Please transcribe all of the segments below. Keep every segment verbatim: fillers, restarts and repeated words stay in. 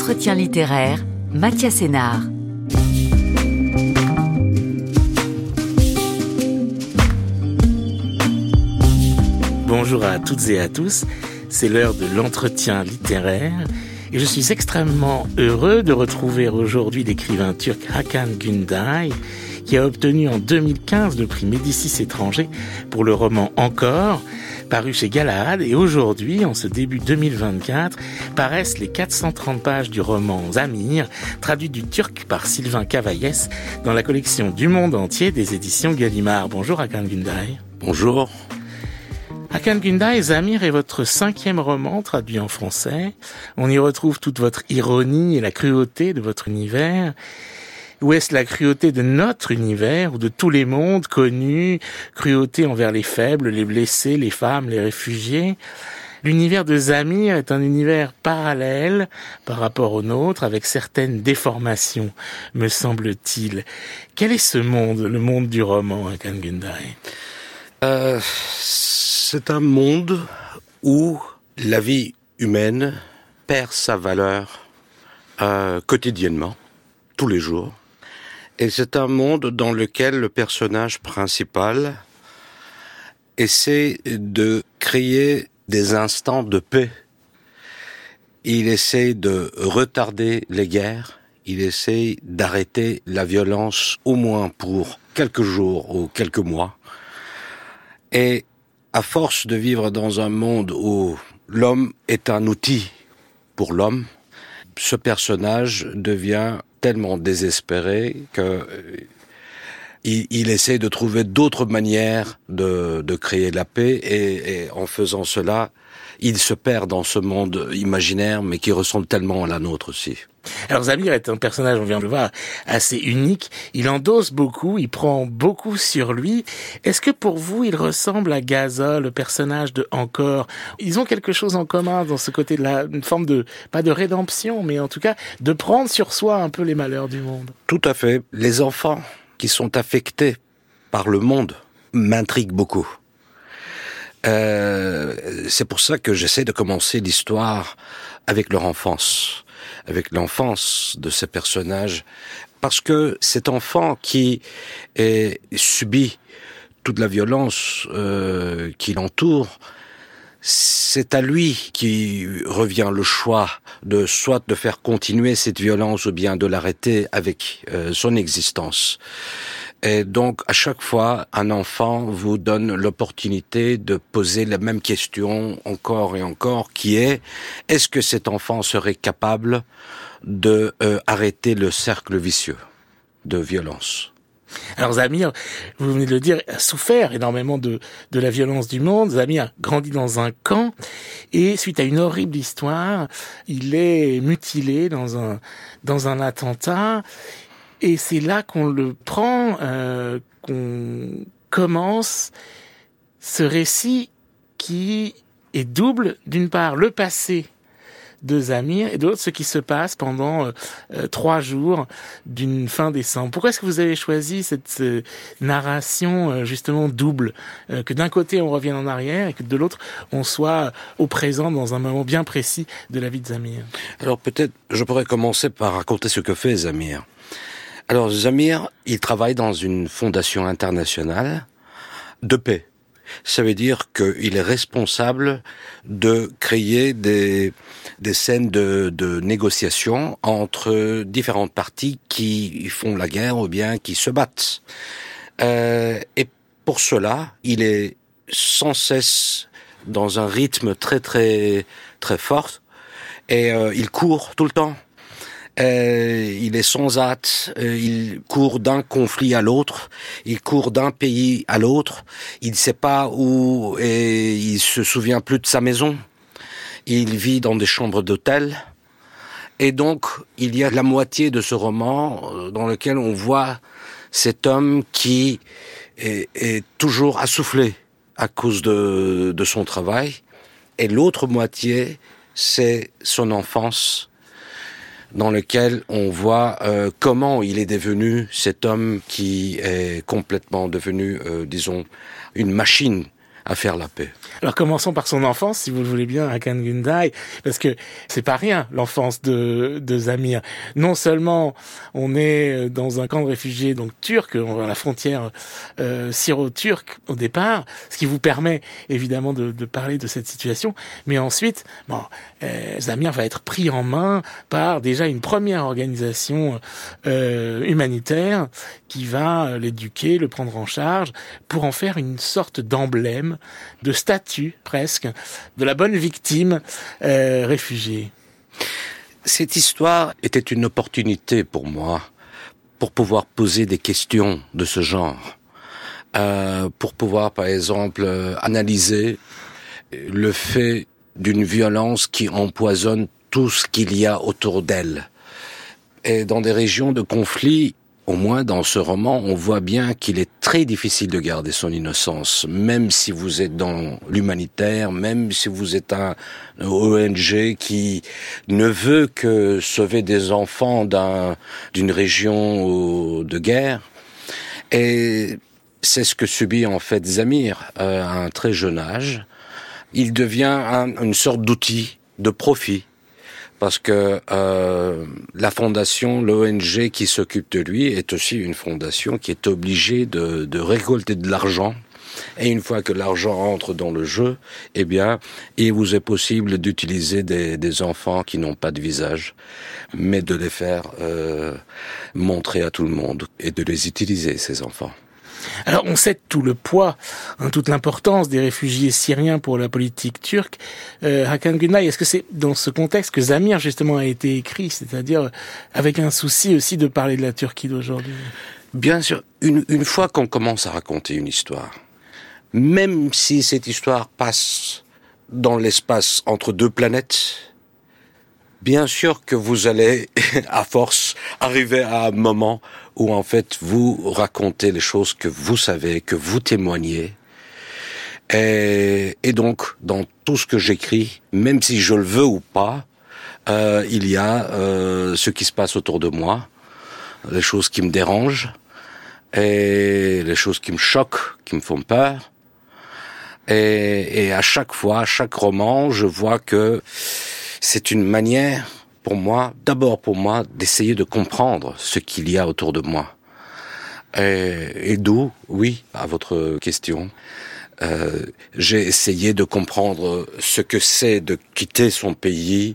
L'entretien littéraire, Mathias Sénard. Bonjour à toutes et à tous, c'est l'heure de l'entretien littéraire et je suis extrêmement heureux de retrouver aujourd'hui l'écrivain turc Hakan Günday qui a obtenu en deux mille quinze le prix Médicis étranger pour le roman Encore, paru chez Galahad, et aujourd'hui, en ce début deux mille vingt-quatre, paraissent les quatre cent trente pages du roman Zamir, traduit du turc par Sylvain Cavaillès, dans la collection Du Monde Entier des éditions Gallimard. Bonjour Hakan Günday. Bonjour. Hakan Günday, Zamir est votre cinquième roman traduit en français. On y retrouve toute votre ironie et la cruauté de votre univers. Ou est-ce la cruauté de notre univers, ou de tous les mondes connus, cruauté envers les faibles, les blessés, les femmes, les réfugiés? L'univers de Zamir est un univers parallèle par rapport au nôtre, avec certaines déformations, me semble-t-il. Quel est ce monde, le monde du roman, Hakan Günday? euh, C'est un monde où la vie humaine perd sa valeur euh, quotidiennement, tous les jours. Et c'est un monde dans lequel le personnage principal essaie de créer des instants de paix. Il essaie de retarder les guerres, il essaie d'arrêter la violence au moins pour quelques jours ou quelques mois. Et à force de vivre dans un monde où l'homme est un outil pour l'homme, ce personnage devient tellement désespéré que euh, il, il essaie de trouver d'autres manières de, de créer la paix et, et en faisant cela, il se perd dans ce monde imaginaire mais qui ressemble tellement à la nôtre aussi. Alors Zamir est un personnage, on vient de le voir, assez unique. Il endosse beaucoup, il prend beaucoup sur lui. Est-ce que pour vous, il ressemble à Gaza, le personnage de Encore? Ils ont quelque chose en commun dans ce côté de la, une forme de, pas de rédemption, mais en tout cas de prendre sur soi un peu les malheurs du monde. Tout à fait. Les enfants qui sont affectés par le monde m'intriguent beaucoup. Euh, c'est pour ça que j'essaie de commencer l'histoire avec leur enfance, avec l'enfance de ces personnages, parce que cet enfant qui est, subit toute la violence euh, qui l'entoure, c'est à lui qui revient le choix de soit de faire continuer cette violence ou bien de l'arrêter avec euh, son existence. Et donc, à chaque fois, un enfant vous donne l'opportunité de poser la même question encore et encore, qui est, est-ce que cet enfant serait capable de euh, arrêter le cercle vicieux de violence? Alors Zamir, vous venez de le dire, a souffert énormément de, de la violence du monde. Zamir a grandi dans un camp et suite à une horrible histoire, il est mutilé dans un, dans un attentat. Et c'est là qu'on le prend, euh, qu'on commence ce récit qui est double, d'une part le passé de Zamir et d'autre ce qui se passe pendant euh, euh, trois jours d'une fin décembre. Pourquoi est-ce que vous avez choisi cette euh, narration euh, justement double, euh, que d'un côté on revienne en arrière et que de l'autre on soit au présent dans un moment bien précis de la vie de Zamir? Alors peut-être je pourrais commencer par raconter ce que fait Zamir. Alors Zamir, il travaille dans une fondation internationale de paix. Ça veut dire qu'il est responsable de créer des, des scènes de, de négociation entre différentes parties qui font la guerre ou bien qui se battent. Euh, et pour cela, il est sans cesse dans un rythme très très très fort et euh, il court tout le temps. Euh, il est sans hâte, euh, il court d'un conflit à l'autre, il court d'un pays à l'autre, il ne sait pas où et il se souvient plus de sa maison, il vit dans des chambres d'hôtel, et donc il y a la moitié de ce roman dans lequel on voit cet homme qui est, est toujours assoufflé à cause de, de son travail, et l'autre moitié c'est son enfance, dans lequel on voit euh, comment il est devenu cet homme qui est complètement devenu, euh, disons, une machine à faire la paix. Alors commençons par son enfance, si vous le voulez bien, Hakan Günday, parce que c'est pas rien l'enfance de, de Zamir. Non seulement on est dans un camp de réfugiés donc turc, à la frontière euh, syro-turque au départ, ce qui vous permet évidemment de, de parler de cette situation, mais ensuite, bon, euh, Zamir va être pris en main par déjà une première organisation euh, humanitaire qui va l'éduquer, le prendre en charge, pour en faire une sorte d'emblème, de statue presque, de la bonne victime euh, réfugiée. Cette histoire était une opportunité pour moi, pour pouvoir poser des questions de ce genre, euh, pour pouvoir par exemple euh, analyser le fait d'une violence qui empoisonne tout ce qu'il y a autour d'elle. Et dans des régions de conflit, au moins dans ce roman, on voit bien qu'il est très difficile de garder son innocence, même si vous êtes dans l'humanitaire, même si vous êtes un O N G qui ne veut que sauver des enfants d'un, d'une région de guerre. Et c'est ce que subit en fait Zamir euh, à un très jeune âge. Il devient un, une sorte d'outil de profit. Parce que euh, la fondation, l'O N G qui s'occupe de lui, est aussi une fondation qui est obligée de, de récolter de l'argent. Et une fois que l'argent entre dans le jeu, eh bien, il vous est possible d'utiliser des, des enfants qui n'ont pas de visage, mais de les faire euh, montrer à tout le monde et de les utiliser, ces enfants. Alors on sait tout le poids, hein, toute l'importance des réfugiés syriens pour la politique turque. Euh, Hakan Günday, est-ce que c'est dans ce contexte que Zamir justement a été écrit, c'est-à-dire avec un souci aussi de parler de la Turquie d'aujourd'hui? Bien sûr, une, une fois qu'on commence à raconter une histoire, même si cette histoire passe dans l'espace entre deux planètes, bien sûr que vous allez, à force, arriver à un moment où en fait vous racontez les choses que vous savez, que vous témoignez. Et, et donc, dans tout ce que j'écris, même si je le veux ou pas, euh, il y a euh, ce qui se passe autour de moi, les choses qui me dérangent, et les choses qui me choquent, qui me font peur. Et, et à chaque fois, à chaque roman, je vois que c'est une manière, pour moi, d'abord pour moi, d'essayer de comprendre ce qu'il y a autour de moi. Et, et d'où, oui, à votre question, euh, j'ai essayé de comprendre ce que c'est de quitter son pays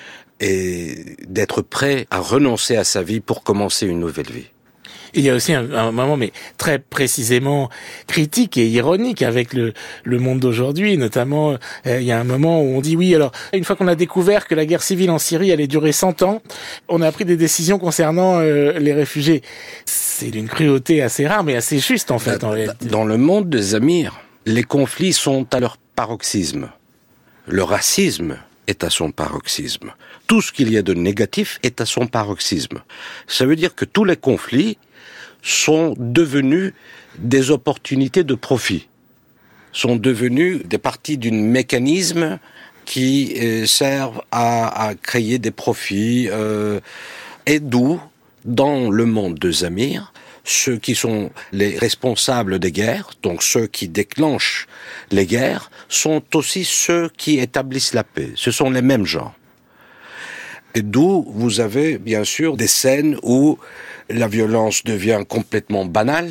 et d'être prêt à renoncer à sa vie pour commencer une nouvelle vie. Il y a aussi un, un moment, mais très précisément critique et ironique avec le, le monde d'aujourd'hui. Notamment, euh, il y a un moment où on dit oui, alors, une fois qu'on a découvert que la guerre civile en Syrie allait durer cent ans, on a pris des décisions concernant euh, les réfugiés. C'est d'une cruauté assez rare, mais assez juste, en fait. Dans, en réalité. Dans le monde de Zamir, les conflits sont à leur paroxysme. Le racisme est à son paroxysme. Tout ce qu'il y a de négatif est à son paroxysme. Ça veut dire que tous les conflits sont devenus des opportunités de profit, sont devenus des parties d'un mécanisme qui euh, servent à, à créer des profits, euh, et d'où, dans le monde de Zamir, ceux qui sont les responsables des guerres, donc ceux qui déclenchent les guerres, sont aussi ceux qui établissent la paix. Ce sont les mêmes gens. Et d'où vous avez bien sûr des scènes où la violence devient complètement banale,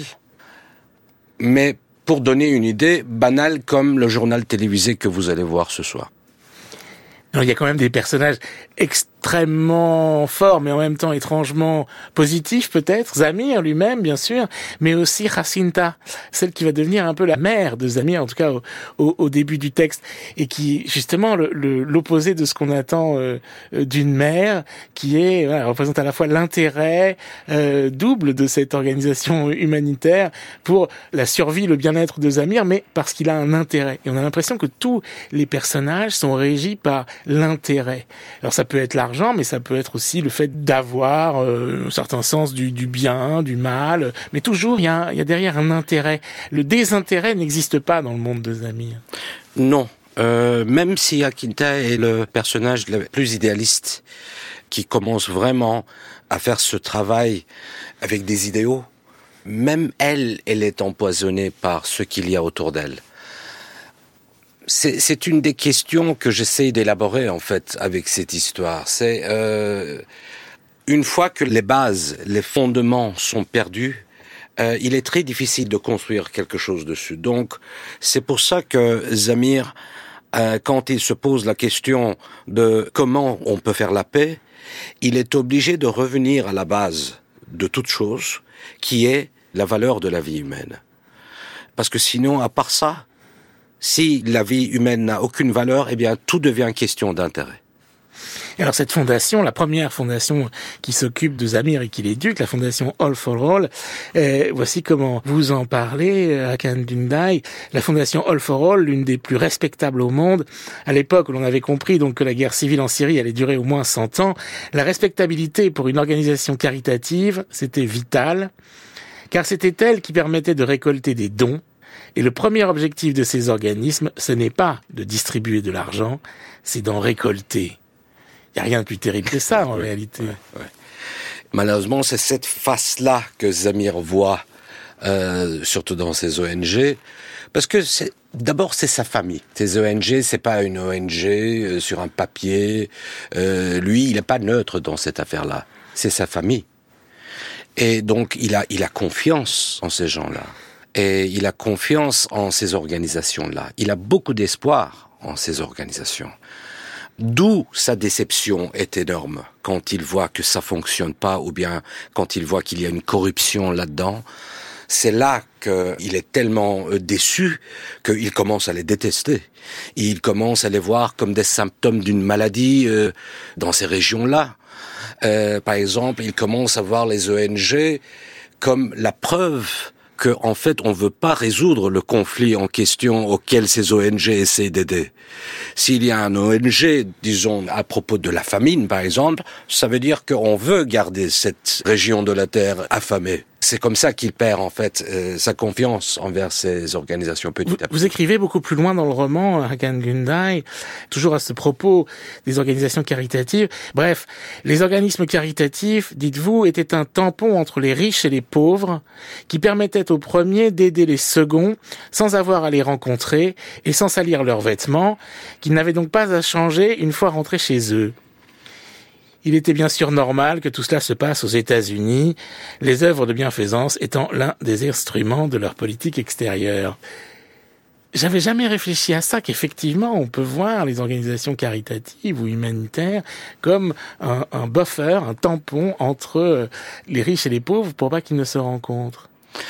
mais pour donner une idée, banale comme le journal télévisé que vous allez voir ce soir. Alors, il y a quand même des personnages extrêmement forts, mais en même temps étrangement positifs peut-être. Zamir lui-même, bien sûr, mais aussi Jacinta, celle qui va devenir un peu la mère de Zamir, en tout cas au, au, au début du texte, et qui justement le, le, l'opposé de ce qu'on attend euh, d'une mère, qui est voilà, représente à la fois l'intérêt euh, double de cette organisation humanitaire pour la survie, le bien-être de Zamir, mais parce qu'il a un intérêt. Et on a l'impression que tous les personnages sont régis par l'intérêt. Alors ça peut être l'argent, mais ça peut être aussi le fait d'avoir euh, un certain sens du, du bien, du mal, mais toujours il y a, il y a derrière un intérêt. Le désintérêt n'existe pas dans le monde de Zamir. Non, euh, même si Hakinta est le personnage le plus idéaliste, qui commence vraiment à faire ce travail avec des idéaux, même elle, elle est empoisonnée par ce qu'il y a autour d'elle. c'est, c'est une des questions que j'essaie d'élaborer en fait avec cette histoire. C'est euh, une fois que les bases, les fondements sont perdus, euh, il est très difficile de construire quelque chose dessus. Donc c'est pour ça que Zamir, euh, quand il se pose la question de comment on peut faire la paix, il est obligé de revenir à la base de toute chose, qui est la valeur de la vie humaine. Parce que sinon, à part ça, si la vie humaine n'a aucune valeur, eh bien, tout devient question d'intérêt. Alors cette fondation, la première fondation qui s'occupe de Zamir et qui l'éduque, la fondation All for All, euh, voici comment vous en parlez, Hakan Günday. La fondation All for All, l'une des plus respectables au monde. À l'époque où l'on avait compris donc que la guerre civile en Syrie allait durer au moins cent ans, la respectabilité pour une organisation caritative, c'était vital, car c'était elle qui permettait de récolter des dons. Et le premier objectif de ces organismes, ce n'est pas de distribuer de l'argent, c'est d'en récolter. Il n'y a rien de plus terrible que ça, en ouais, réalité. Ouais, ouais. Malheureusement, c'est cette face-là que Zamir voit, euh, surtout dans ces O N G, parce que c'est, d'abord, c'est sa famille. Ces O N G, c'est pas une O N G euh, sur un papier. Euh, lui, il n'est pas neutre dans cette affaire-là. C'est sa famille. Et donc, il a, il a confiance en ces gens-là. Et il a confiance en ces organisations-là. Il a beaucoup d'espoir en ces organisations. D'où sa déception est énorme quand il voit que ça fonctionne pas ou bien quand il voit qu'il y a une corruption là-dedans. C'est là qu'il est tellement déçu qu'il commence à les détester. Il commence à les voir comme des symptômes d'une maladie euh, dans ces régions-là. Euh, par exemple, il commence à voir les O N G comme la preuve que, en fait, on veut pas résoudre le conflit en question auquel ces O N G essaient d'aider. S'il y a un O N G, disons, à propos de la famine, par exemple, ça veut dire qu'on veut garder cette région de la Terre affamée. C'est comme ça qu'il perd, en fait, euh, sa confiance envers ces organisations petit à petit. Vous écrivez beaucoup plus loin dans le roman, Hakan Günday, toujours à ce propos des organisations caritatives. Bref, les organismes caritatifs, dites-vous, étaient un tampon entre les riches et les pauvres, qui permettaient aux premiers d'aider les seconds sans avoir à les rencontrer et sans salir leurs vêtements, qu'ils n'avaient donc pas à changer une fois rentrés chez eux. Il était bien sûr normal que tout cela se passe aux États-Unis, les œuvres de bienfaisance étant l'un des instruments de leur politique extérieure. J'avais jamais réfléchi à ça, qu'effectivement, on peut voir les organisations caritatives ou humanitaires comme un, un buffer, un tampon entre les riches et les pauvres pour pas qu'ils ne se rencontrent.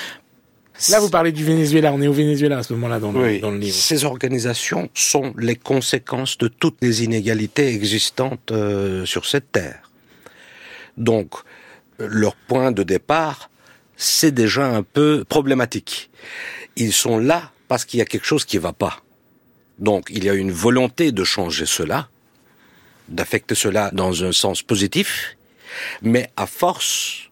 Là, vous parlez du Venezuela. On est au Venezuela à ce moment-là dans le, oui, dans le livre. Ces organisations sont les conséquences de toutes les inégalités existantes euh, sur cette terre. Donc, leur point de départ, c'est déjà un peu problématique. Ils sont là parce qu'il y a quelque chose qui ne va pas. Donc, il y a une volonté de changer cela, d'affecter cela dans un sens positif, mais à force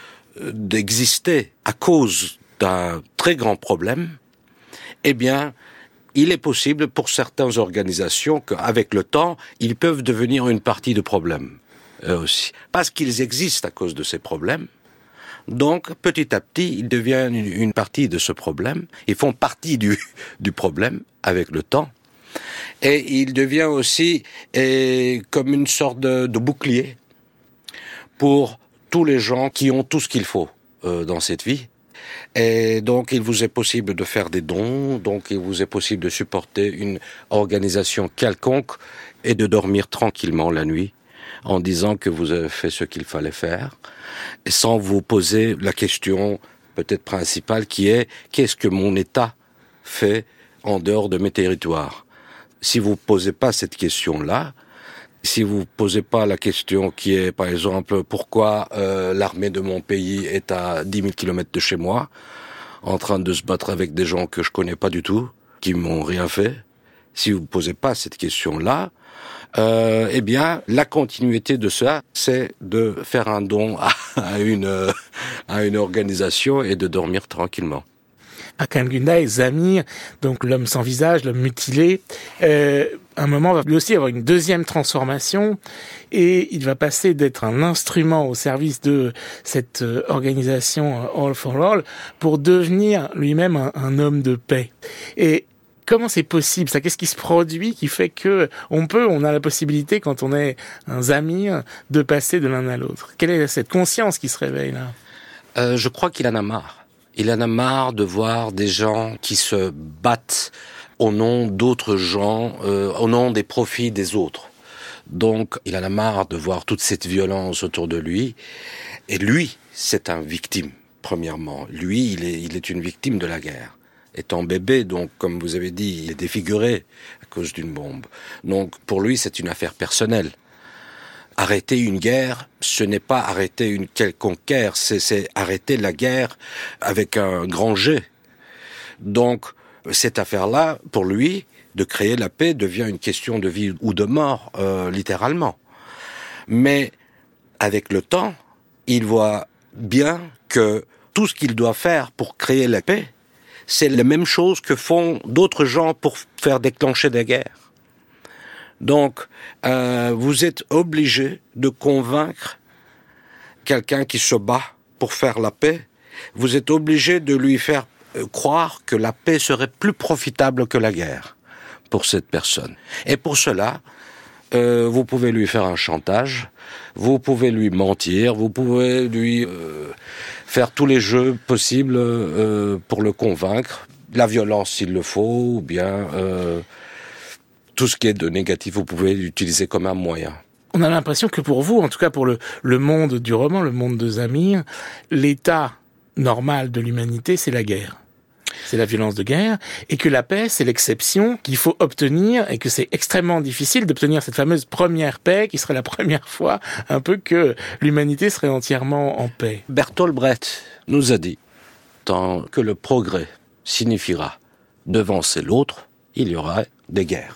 d'exister à cause d'un très grand problème, eh bien, il est possible pour certaines organisations qu'avec le temps, ils peuvent devenir une partie du problème, eux aussi. Parce qu'ils existent à cause de ces problèmes. Donc, petit à petit, ils deviennent une, une partie de ce problème. Ils font partie du, du problème avec le temps. Et il devient aussi et, comme une sorte de, de bouclier pour tous les gens qui ont tout ce qu'il faut euh, dans cette vie. Et donc, il vous est possible de faire des dons, donc il vous est possible de supporter une organisation quelconque et de dormir tranquillement la nuit en disant que vous avez fait ce qu'il fallait faire, et sans vous poser la question peut-être principale qui est « qu'est-ce que mon État fait en dehors de mes territoires ?» Si vous ne posez pas cette question-là, si vous posez pas la question qui est, par exemple, pourquoi euh, l'armée de mon pays est à dix mille kilomètres de chez moi, en train de se battre avec des gens que je connais pas du tout, qui m'ont rien fait, si vous posez pas cette question-là, euh, eh bien, la continuité de ça, c'est de faire un don à, à une euh, à une organisation et de dormir tranquillement. Hakan Günday, Zamir, donc l'homme sans visage, l'homme mutilé, euh, à un moment va lui aussi avoir une deuxième transformation et il va passer d'être un instrument au service de cette euh, organisation All for All pour devenir lui-même un, un homme de paix. Et Comment c'est possible ça? Qu'est-ce qui se produit qui fait que on peut, on a la possibilité quand on est un Zamir de passer de l'un à l'autre? Quelle est cette conscience qui se réveille là? euh, Je crois qu'il en a marre. Il en a marre de voir des gens qui se battent au nom d'autres gens, euh, au nom des profits des autres. Donc, il en a marre de voir toute cette violence autour de lui. Et lui, c'est un victime, premièrement. Lui, il est, il est une victime de la guerre. Étant bébé, donc, comme vous avez dit, il est défiguré à cause d'une bombe. Donc, pour lui, c'est une affaire personnelle. Arrêter une guerre, ce n'est pas arrêter une quelconque guerre, c'est, c'est arrêter la guerre avec un grand G. Donc, cette affaire-là, pour lui, de créer la paix devient une question de vie ou de mort, euh, littéralement. Mais, avec le temps, il voit bien que tout ce qu'il doit faire pour créer la paix, c'est la même chose que font d'autres gens pour faire déclencher des guerres. Donc, euh, vous êtes obligé de convaincre quelqu'un qui se bat pour faire la paix. Vous êtes obligé de lui faire euh, croire que la paix serait plus profitable que la guerre pour cette personne. Et pour cela, euh, vous pouvez lui faire un chantage, vous pouvez lui mentir, vous pouvez lui euh, faire tous les jeux possibles euh, pour le convaincre. La violence s'il le faut, ou bien... Euh, tout ce qui est de négatif, vous pouvez l'utiliser comme un moyen. On a l'impression que pour vous, en tout cas pour le, le monde du roman, le monde de Zamir, l'état normal de l'humanité, c'est la guerre. C'est la violence de guerre, et que la paix, c'est l'exception qu'il faut obtenir, et que c'est extrêmement difficile d'obtenir cette fameuse première paix, qui serait la première fois un peu que l'humanité serait entièrement en paix. Bertolt Brecht nous a dit, tant que le progrès signifiera devancer l'autre, il y aura des guerres.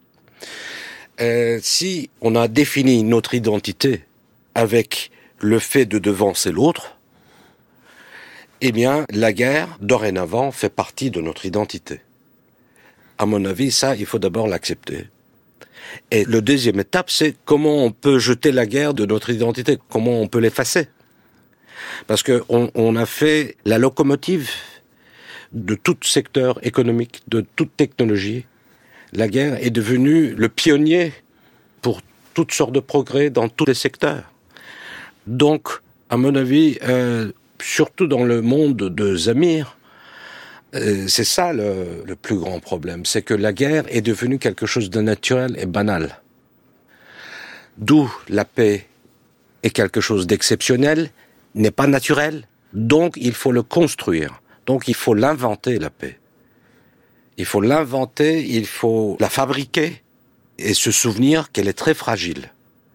Euh, si on a défini notre identité avec le fait de devancer l'autre, eh bien, la guerre, dorénavant, fait partie de notre identité. À mon avis, ça, il faut d'abord l'accepter. Et le deuxième étape, c'est comment on peut jeter la guerre de notre identité, comment on peut l'effacer. Parce que on, on a fait la locomotive de tout secteur économique, de toute technologie. La guerre est devenue le pionnier pour toutes sortes de progrès dans tous les secteurs. Donc, à mon avis, euh, surtout dans le monde de Zamir, euh, c'est ça le, le plus grand problème, c'est que la guerre est devenue quelque chose de naturel et banal. D'où la paix est quelque chose d'exceptionnel, n'est pas naturel, donc il faut le construire, donc il faut l'inventer, la paix. Il faut l'inventer, il faut la fabriquer et se souvenir qu'elle est très fragile.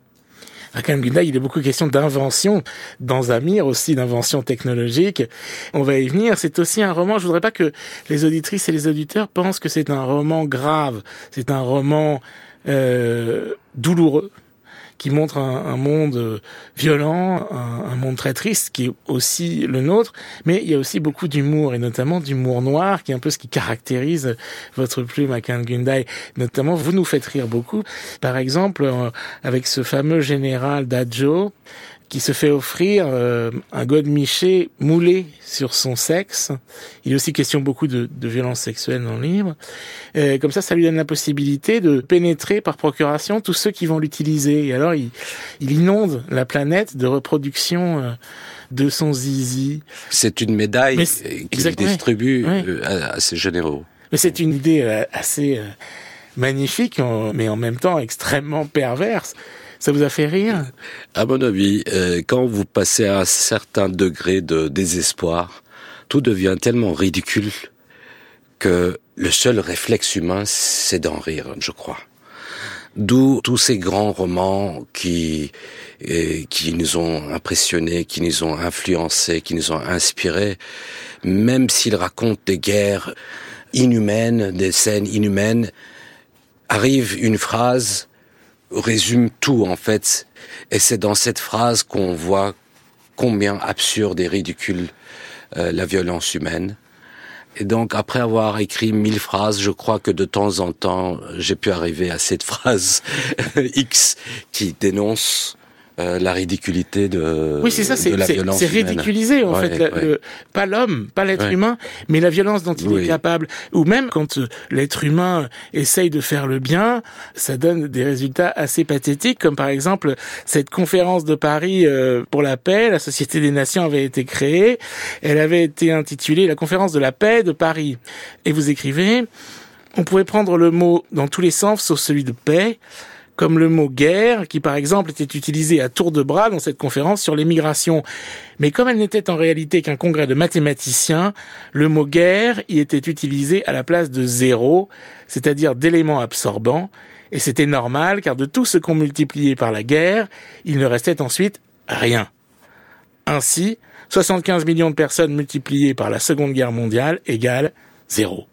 À Hakan Günday, il est beaucoup question d'invention, dans Zamir aussi d'invention technologique. On va y venir. C'est aussi un roman, je voudrais pas que les auditrices et les auditeurs pensent que c'est un roman grave. C'est un roman euh, douloureux, qui montre un, un monde violent, un, un monde très triste, qui est aussi le nôtre, mais il y a aussi beaucoup d'humour, et notamment d'humour noir, qui est un peu ce qui caractérise votre plume, Hakan Günday. Notamment, vous nous faites rire beaucoup. Par exemple, euh, avec ce fameux général Dadjo, qui se fait offrir euh, un godemiché moulé sur son sexe. Il est aussi question beaucoup de, de violences sexuelles dans le livre. Euh, comme ça, ça lui donne la possibilité de pénétrer par procuration tous ceux qui vont l'utiliser. Et alors, il, il inonde la planète de reproduction euh, de son zizi. C'est une médaille qu'il distribue ouais. euh, à, à ses généraux. Mais c'est une idée euh, assez euh, magnifique, en, mais en même temps extrêmement perverse. Ça vous a fait rire? À mon avis, euh, quand vous passez à un certain degré de désespoir, tout devient tellement ridicule que le seul réflexe humain, c'est d'en rire, je crois. D'où tous ces grands romans qui euh, qui nous ont impressionnés, qui nous ont influencés, qui nous ont inspirés, même s'ils racontent des guerres inhumaines, des scènes inhumaines, arrive une phrase résume tout, en fait. Et c'est dans cette phrase qu'on voit combien absurde et ridicule euh, la violence humaine. Et donc, après avoir écrit mille phrases, je crois que de temps en temps, j'ai pu arriver à cette phrase X qui dénonce euh, la ridiculité de, oui, c'est ça, c'est, de la c'est, violence c'est humaine. ridiculisé, en ouais, fait, la, ouais. le, pas l'homme, pas l'être ouais. humain, mais la violence dont il oui. est capable. Ou même quand euh, l'être humain essaye de faire le bien, ça donne des résultats assez pathétiques, comme par exemple cette conférence de Paris euh, pour la paix. La Société des Nations avait été créée. Elle avait été intitulée la conférence de la paix de Paris. Et vous écrivez, on pouvait prendre le mot dans tous les sens sauf celui de paix, comme le mot guerre, qui par exemple était utilisé à tour de bras dans cette conférence sur les migrations. Mais comme elle n'était en réalité qu'un congrès de mathématiciens, le mot guerre y était utilisé à la place de zéro, c'est-à-dire d'éléments absorbants, et c'était normal, car de tout ce qu'on multipliait par la guerre, il ne restait ensuite rien. Ainsi, soixante-quinze millions de personnes multipliées par la Seconde Guerre mondiale égale zéro.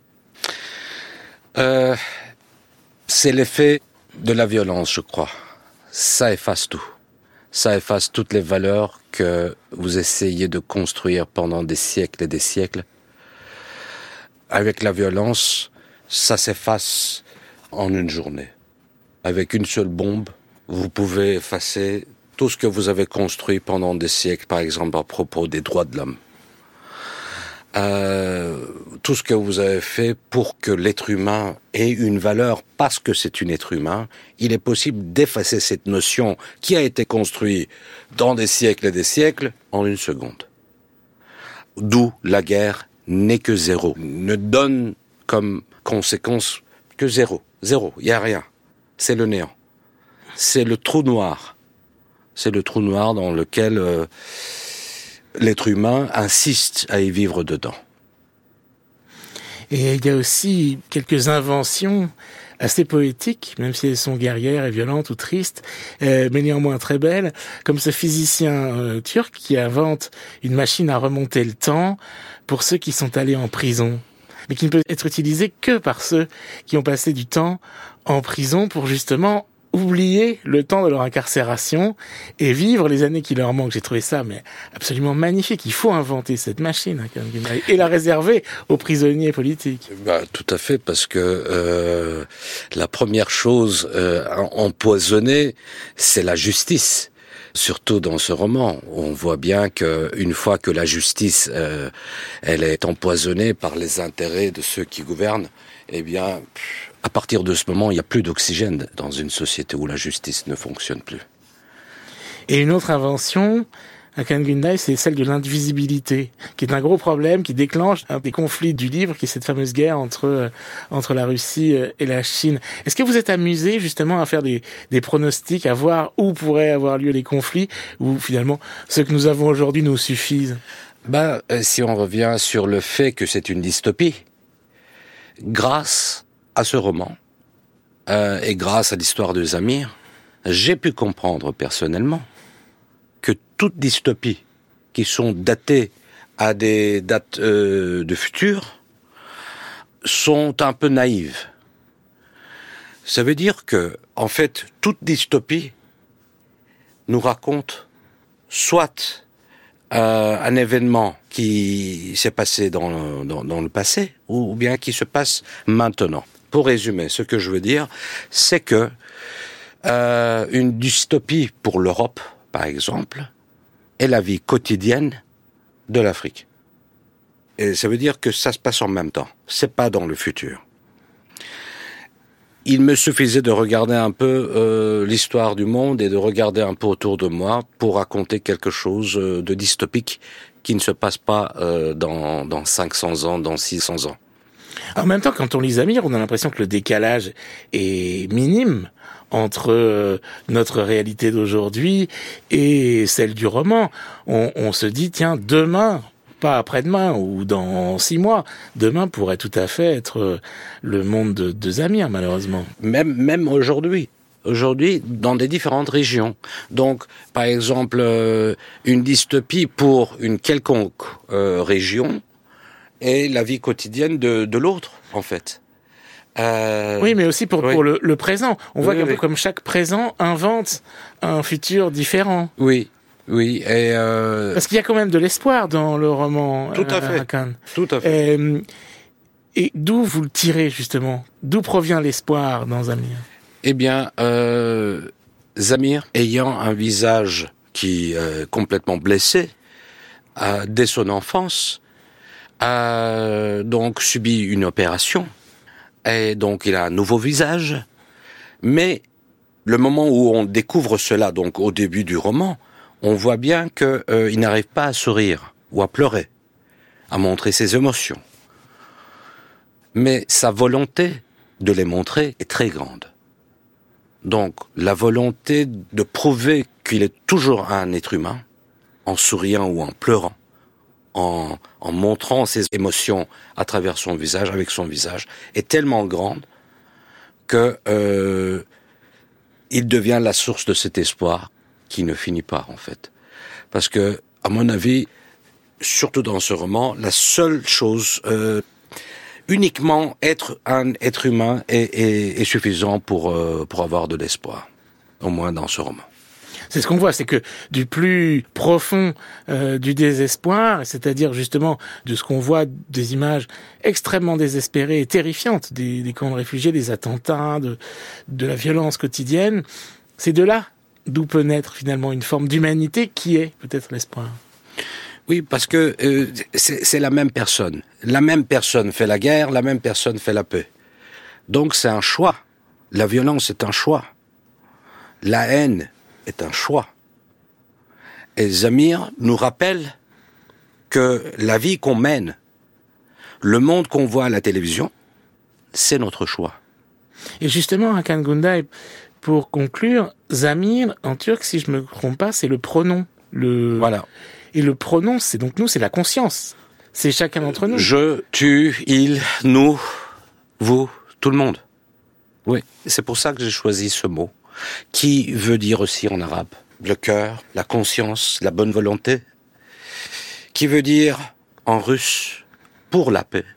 Euh, c'est l'effet de la violence, je crois. Ça efface tout. Ça efface toutes les valeurs que vous essayez de construire pendant des siècles et des siècles. Avec la violence, ça s'efface en une journée. Avec une seule bombe, vous pouvez effacer tout ce que vous avez construit pendant des siècles, par exemple à propos des droits de l'homme. Euh, tout ce que vous avez fait pour que l'être humain ait une valeur parce que c'est un être humain, il est possible d'effacer cette notion qui a été construite dans des siècles et des siècles en une seconde. D'où la guerre n'est que zéro, ne donne comme conséquence que zéro. Zéro, il n'y a rien. C'est le néant. C'est le trou noir. C'est le trou noir dans lequel euh, l'être humain insiste à y vivre dedans. Et il y a aussi quelques inventions assez poétiques, même si elles sont guerrières et violentes ou tristes, euh, mais néanmoins très belles, comme ce physicien euh, turc qui invente une machine à remonter le temps pour ceux qui sont allés en prison, mais qui ne peut être utilisée que par ceux qui ont passé du temps en prison pour justement oublier le temps de leur incarcération et vivre les années qui leur manquent. J'ai trouvé ça mais absolument magnifique. Il faut inventer cette machine hein, et la réserver aux prisonniers politiques. Bah, tout à fait, parce que euh, la première chose euh, empoisonnée, c'est la justice. Surtout dans ce roman, on voit bien qu'une fois que la justice euh, elle est empoisonnée par les intérêts de ceux qui gouvernent, eh bien, à partir de ce moment, il n'y a plus d'oxygène dans une société où la justice ne fonctionne plus. Et une autre invention à Kangunday, c'est celle de l'indivisibilité, qui est un gros problème qui déclenche un des conflits du livre, qui est cette fameuse guerre entre euh, entre la Russie et la Chine. Est-ce que vous êtes amusé justement à faire des, des pronostics, à voir où pourraient avoir lieu les conflits, ou finalement ceux que nous avons aujourd'hui nous suffisent? Ben, si on revient sur le fait que c'est une dystopie, grâce à ce roman euh, et grâce à l'histoire de Zamir, j'ai pu comprendre personnellement que toutes dystopies qui sont datées à des dates euh, de futur sont un peu naïves. Ça veut dire que, en fait, toute dystopie nous raconte soit euh, un événement qui s'est passé dans le, dans, dans le passé, ou, ou bien qui se passe maintenant. Pour résumer, ce que je veux dire, c'est que euh, une dystopie pour l'Europe, par exemple, est la vie quotidienne de l'Afrique. Et ça veut dire que ça se passe en même temps. C'est pas dans le futur. Il me suffisait de regarder un peu euh, l'histoire du monde et de regarder un peu autour de moi pour raconter quelque chose de dystopique qui ne se passe pas euh, dans, dans cinq cents ans, dans six cents ans. En même temps, quand on lit Zamir, on a l'impression que le décalage est minime entre euh, notre réalité d'aujourd'hui et celle du roman. On, on se dit, tiens, demain, pas après-demain ou dans six mois, demain pourrait tout à fait être le monde de, de Zamir, malheureusement. Même, même aujourd'hui. Aujourd'hui, dans des différentes régions. Donc, par exemple, euh, une dystopie pour une quelconque euh, région est la vie quotidienne de, de l'autre, en fait. Euh... Oui, mais aussi pour, oui. pour le, le présent. On oui, voit qu'un oui. peu comme chaque présent invente un futur différent. Oui, oui. Et euh... Parce qu'il y a quand même de l'espoir dans le roman. Tout à fait. Hakan. Tout à fait. Et, et d'où vous le tirez, justement? D'où provient l'espoir dans Zamir? Eh bien, euh, Zamir, ayant un visage qui est euh, complètement blessé, euh, dès son enfance, a donc subi une opération, et donc il a un nouveau visage, mais le moment où on découvre cela, donc au début du roman, on voit bien qu'il euh, n'arrive pas à sourire ou à pleurer, à montrer ses émotions. Mais sa volonté de les montrer est très grande. Donc, la volonté de prouver qu'il est toujours un être humain, en souriant ou en pleurant, en, en montrant ses émotions à travers son visage, avec son visage, est tellement grande que euh, il devient la source de cet espoir qui ne finit pas, en fait. Parce que, à mon avis, surtout dans ce roman, la seule chose... Euh, Uniquement être un être humain est, est, est suffisant pour euh, pour avoir de l'espoir, au moins dans ce roman. C'est ce qu'on voit, c'est que du plus profond euh, du désespoir, c'est-à-dire justement de ce qu'on voit des images extrêmement désespérées et terrifiantes des, des camps de réfugiés, des attentats, de, de la violence quotidienne, c'est de là d'où peut naître finalement une forme d'humanité qui est peut-être l'espoir. Oui, parce que euh, c'est, c'est la même personne. La même personne fait la guerre, la même personne fait la paix. Donc c'est un choix. La violence est un choix. La haine est un choix. Et Zamir nous rappelle que la vie qu'on mène, le monde qu'on voit à la télévision, c'est notre choix. Et justement, Hakan Günday, pour conclure, Zamir, en turc, si je me trompe pas, c'est le pronom. Le... Voilà. Et le pronom, c'est donc nous, c'est la conscience. C'est chacun d'entre nous. Je, tu, il, nous, vous, tout le monde. Oui, c'est pour ça que j'ai choisi ce mot, qui veut dire aussi en arabe le cœur, la conscience, la bonne volonté, qui veut dire en russe pour la paix.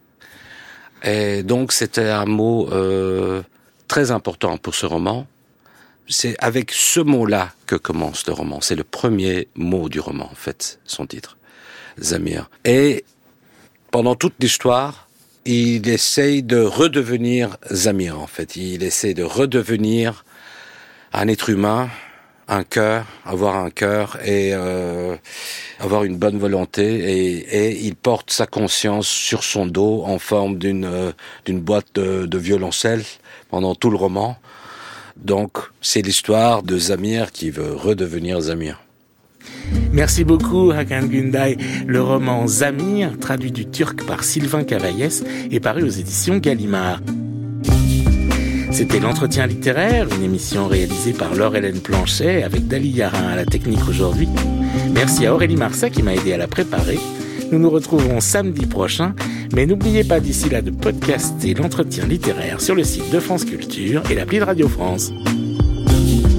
Et donc c'était un mot euh, très important pour ce roman. C'est avec ce mot-là que commence le roman. C'est le premier mot du roman, en fait, son titre, Zamir. Et pendant toute l'histoire, il essaye de redevenir Zamir, en fait. Il essaye de redevenir un être humain, un cœur, avoir un cœur et euh, avoir une bonne volonté. Et, et il porte sa conscience sur son dos en forme d'une, euh, d'une boîte de, de violoncelle pendant tout le roman. Donc, c'est l'histoire de Zamir qui veut redevenir Zamir. Merci beaucoup, Hakan Günday. Le roman Zamir, traduit du turc par Sylvain Cavaillès, est paru aux éditions Gallimard. C'était l'entretien littéraire, une émission réalisée par Laure-Hélène Planchet avec Dali Yarin à la technique aujourd'hui. Merci à Aurélie Marsa qui m'a aidé à la préparer. Nous nous retrouverons samedi prochain, mais n'oubliez pas d'ici là de podcaster l'entretien littéraire sur le site de France Culture et l'appli de Radio France.